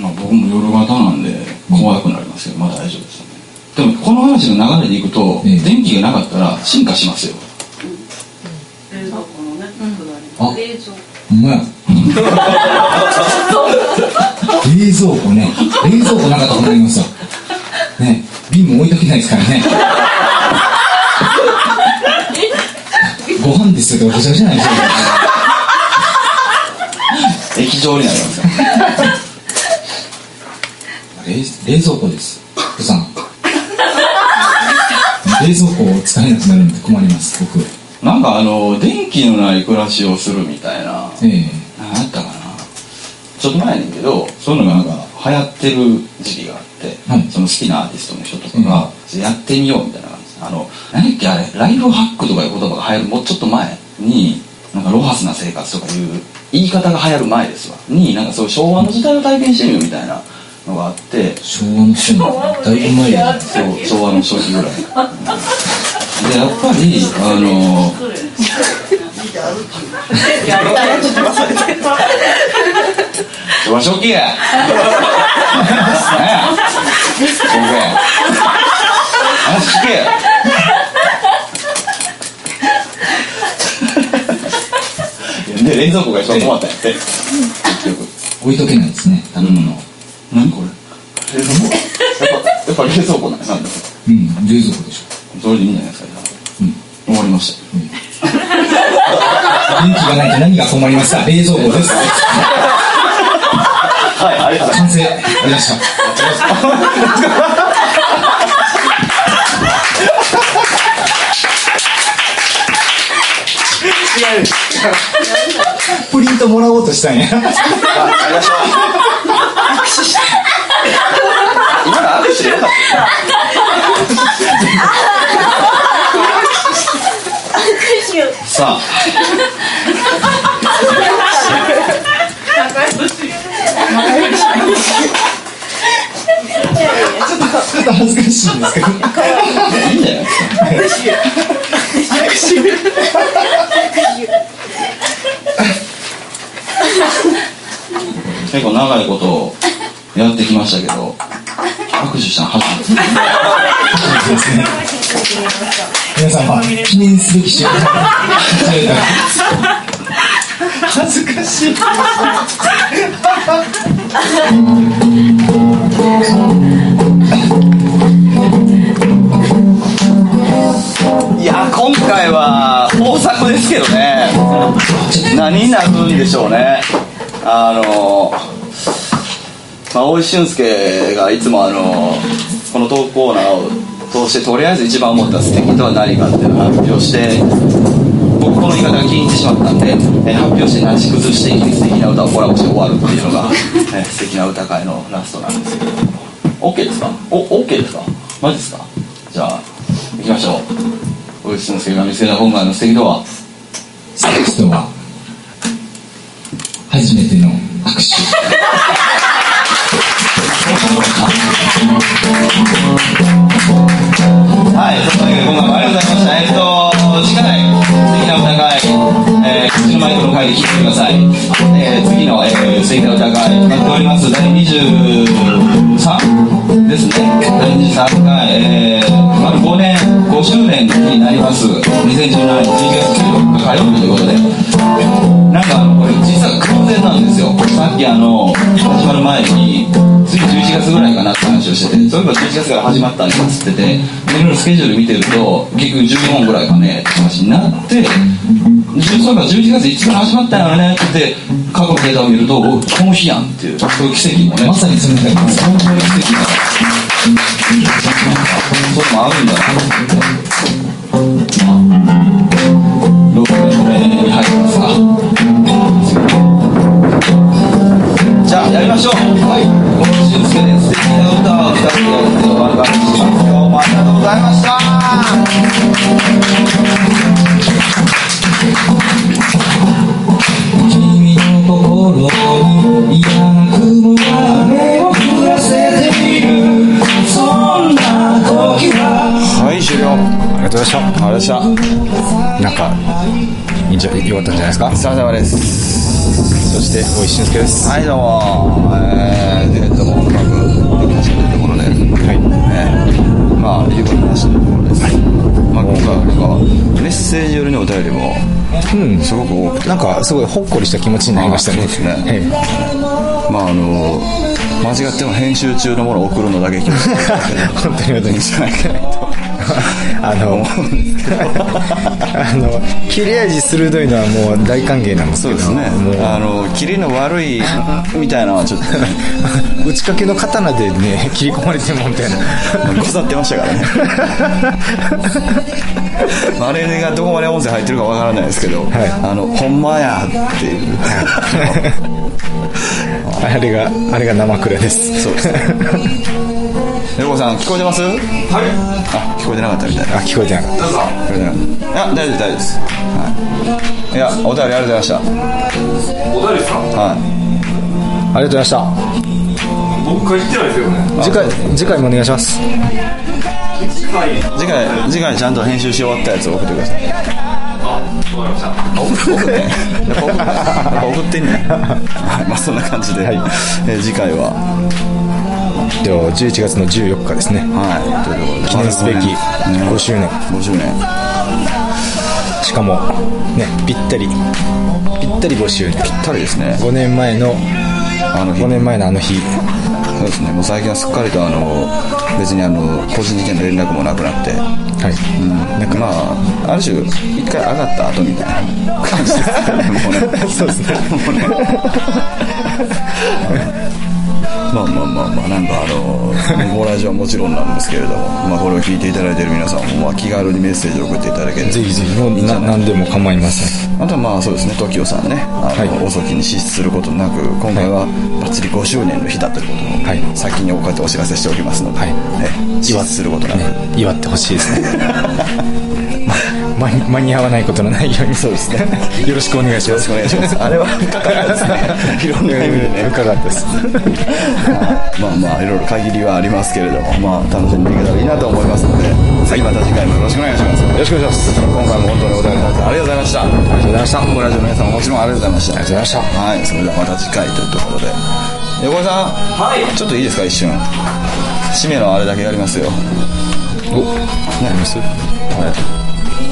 まあ僕も夜型なんで怖くなりますけど、まあ大丈夫ですよね。でもこの話の流れでいくと、ええ、電気がなかったら進化しますよ。 冷蔵庫のね、 あ、 冷蔵庫。 ほんまや。冷蔵庫ね。冷蔵庫なかったら困りますよ。ね、瓶も置いとけないですからね。ご飯ですよとかごちゃごちゃないですよ。 液状になりますよ。 冷、冷蔵庫です。福さん。冷蔵庫を使えなくなるんで困ります、僕。 なんかあの電気のない暮らしをするみたいな、ええ、何やったかな、ちょっと前やねんけど、そういうのがなんか流行ってる時期があって、はい、その好きなアーティストの人とかが、うん、やってみようみたいな感じで、あの何やっけあれ、ライフハックとかいう言葉が流行るもうちょっと前に、なんかロハスな生活とかいう言い方が流行る前ですわに、なんかそういう昭和の時代を体験してみようみたいなのがあって、 昭和の時代だいぶ前や、 そう、昭和の初期ぐらいで、やっぱりあの昭和初期や話聞けやで、冷蔵庫が一番困ったんやって、結局置いとけないですね、食べ物を。 何これ、冷蔵庫やっぱ、やっぱ冷蔵庫なんや、なんだうん、冷蔵庫でしょ。 それでいいんじゃないですか。うん、終わりました、うん、 電気がないと何が困りますか。冷蔵庫です。 はい、ありがとうございます。 完成、ありがとうございました。プリントもらおうとしたんや。 ありがとうございました。今の握手でよかった。さあ。 ちょっと恥ずかしいんですけど。いいんじゃないですか。 長いことやってきましたけど握手したの初めて皆さん、まあ、記念すべき瞬間恥ずかしいいや今回は豊作ですけどね何になるんでしょうね。あのまあ、大石俊介がいつもあのこのトークコーナーを通してとりあえず一番思った素敵とは何かっていうのを発表して僕この言い方が気に入ってしまったんで、え発表してなし崩していき素敵な歌をコラボして終わるっていうのが、え素敵な歌会のラストなんですけど OK ですか？お OK ですか？マジですか？じゃあ行きましょう。大石俊介が見つけた今回の素敵とは素敵とは初めての握手はい、というわけで今回もありがとうございました。えっと次回素敵な歌会、えー、口のマイクの会で聞いてください。えー、次の、えー、素敵な歌会決まっております。だいにじゅうさんですね。だいにじゅうさんかい、えー、丸ごねんごしゅうねんになります。にせんじゅうななねんじゅういちがつじゅうよっか火曜日ということで、なんかあのこれ実は偶然なんですよ。さっきあの始まる前に次じゅういちがつぐらいかなって話をしてて、そういえばじゅういちがつから始まったんだっつってて、いろいろスケジュール見てると結局じゅうよんぐらいかねって話になって、そういえばじゅういちがついつから始まったんやねって言って過去のデータを見ると、この日やんっていう、そういう奇跡もね、 まさにその奇跡がそういう奇跡がそういうのもあるんだなと思ってろくねんめに入りますか。じゃあやりましょう。はい、この俊介で素敵な歌を歌ってやってお別れします。今日もありがとうございました。 君の心に嫌な雲が雨を降らせている、そんな時は。 はい、終了。ありがとうございました。ありがとうございました。なんかいいんじゃよかったんじゃないですか。 お疲れ様です。 そして大石俊介です。 はい、どうも。えー、デートもうまくできましたというところで、はい、えー、まあいいことなしというところです。はい、まあ今回はメッセージよりのお便りも、うん、すごく多くて、 なんかすごいほっこりした気持ちになりましたね。 そうですね。ええ、まああの間違っても編集中のものを送るのだけ気をつけて本当に本当にいただけないとあのあの切れ味鋭いのはもう大歓迎なんですけど、 そうですね、もうあの切りの悪いみたいなのはちょっと、ね、 打ち掛けの刀でね切り込まれてもみたいなござってましたからねあれがどこまで音声入ってるかわからないですけど、はい、あのほんまやっていうあれがあれが生クレです。 そうですね。横さん聞こえてます？はい。あ、聞こえてなかったみたいな。 あ、聞こえてなかった。 どうぞ。聞こえてなかった。あ、大丈夫大丈夫です。はい。いや、お便りありがとうございました。 お便りですか？ はい。 ありがとうございました。 僕から言ってないですよね。 次回次回もお願いします。 次回次回次回ちゃんと編集し終わったやつを送ってください。 あ、わかりました。 送ってね。送ってんね。はい。まあそんな感じで、はい、えー、次回は。 ではじゅういちがつのじゅうよっかですね。 はい。ということで記念すべきごしゅうねん。 ごしゅうねん。 しかもねぴったりぴったりごしゅうねん。 ぴったりですね。 ごねんまえのあの日。 ごねんまえのあの日。 そうですね。もう最近はすっかりとあの別にあの個人的な連絡もなくなって、はい。うん、なんかまあある種一回上がった後みたいな感じですかね。もうね。 そうですね。もうね。 まあまあまあまあなんかあのモラジはもちろんなんですけれども、まあこれを聞いていただいている皆さんもまあ気軽にメッセージを送っていただければぜひぜひもうな何でも構いません。 あとはまあそうですね、トキオさんね、あの、はい、遅きに失することなく今回はバッチリごしゅうねんの日だということを、はい、先にこうやってお知らせしておきますので、はい、ね、失することなく、ね、 祝ってほしいですねま、間に合わないことのないように。そうですねよろしくお願いします。 よろしくお願いします。あれは深かったですねいろんな意味でね深かったですまあまあいろいろ限りはありますけれども、まあ楽しんでいけたらいいなと思いますので、はい、また次回もよろしくお願いします。よろしくお願いします。 今回も本当にお便りありがとうございました。ありがとうございました。このラジオの皆さんももちろんありがとうございました。 ありがとうございました。 はい、それではまた次回というところで。 横井さん、 はい、 ちょっといいですか一瞬。締めのあれだけやりますよ。 お、なります？はい。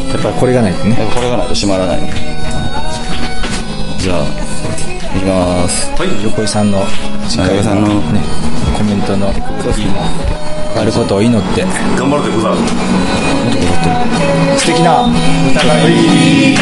やっぱりこれがないとね。 やっぱこれがないと閉まらない。じゃあいきます。 はい。横井さんの次回のねコメントのあることを祈って頑張るでござる。 素敵な歌がいい。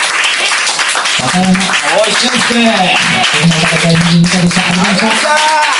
おい、ちょっとね、こんな戦いに見たりした。